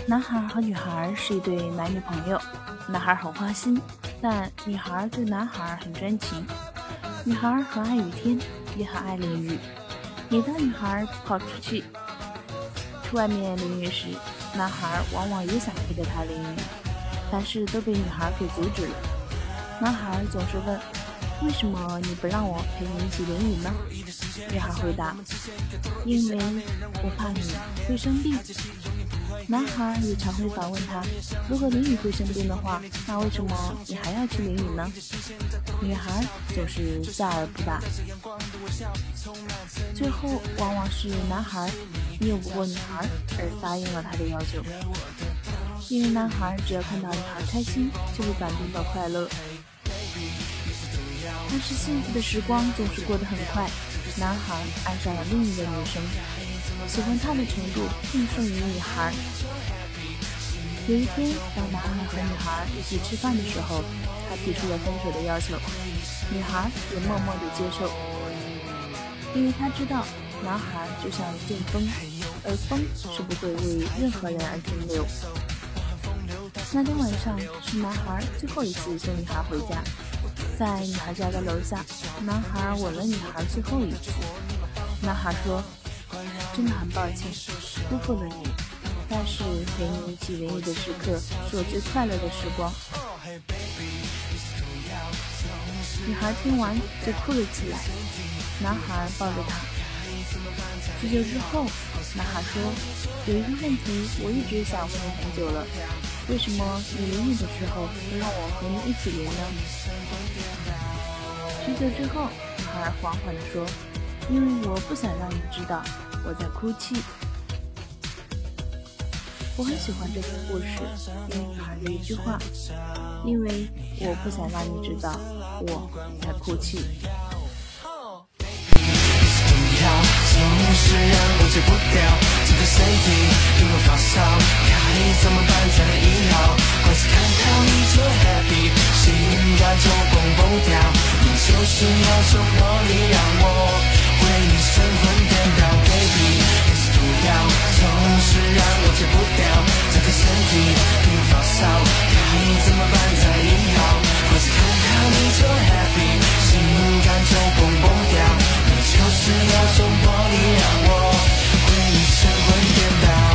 男孩和女孩是一对男女朋友，男孩很花心，但女孩对男孩很专情。女孩很爱雨天，也很爱淋雨。每当女孩跑出去外面淋雨时，男孩往往也想陪着她淋雨，但是都被女孩给阻止了。男孩总是问：为什么你不让我陪你一起淋雨呢？女孩回答：因为我怕你会生病。男孩也常会反问她：如果淋雨会生病的话，那为什么你还要去淋雨呢？女孩总是笑而不答。最后往往是男孩拗不过女孩而答应了她的要求，因为男孩只要看到女孩开心，就会感动到快乐。但是幸福的时光总是过得很快，男孩爱上了另一个女生，喜欢她的程度更胜于女孩。有一天，当男孩和女孩一起吃饭的时候，他提出了分手的要求，女孩也默默地接受，因为他知道男孩就像一阵风，而风是不会为任何人而停留。那天晚上是男孩最后一次送女孩回家，在女孩家的楼下，男孩吻了女孩最后一次。男孩说：真的很抱歉辜负了你，但是陪你一起淋雨的时刻是我最快乐的时光。女孩听完就哭了起来，男孩抱着她。许久之后，男孩说：有一个问题我一直想问你很久了，为什么你淋雨的时候不让我和你一起淋呢？许久之后，女孩缓缓地说：因为我不想让你知道我在哭泣。我很喜欢这个故事，因为女孩的一句话：因为我不想让你知道我在哭泣。总是让我戒不掉这个身体，因为发烧，该怎么办才能医好？光是看到你就 happy， 心肝就蹦蹦跳，你就是那种魔力，让我为你神魂颠倒 ，baby， 你是毒药，总是让我戒不掉这个身体。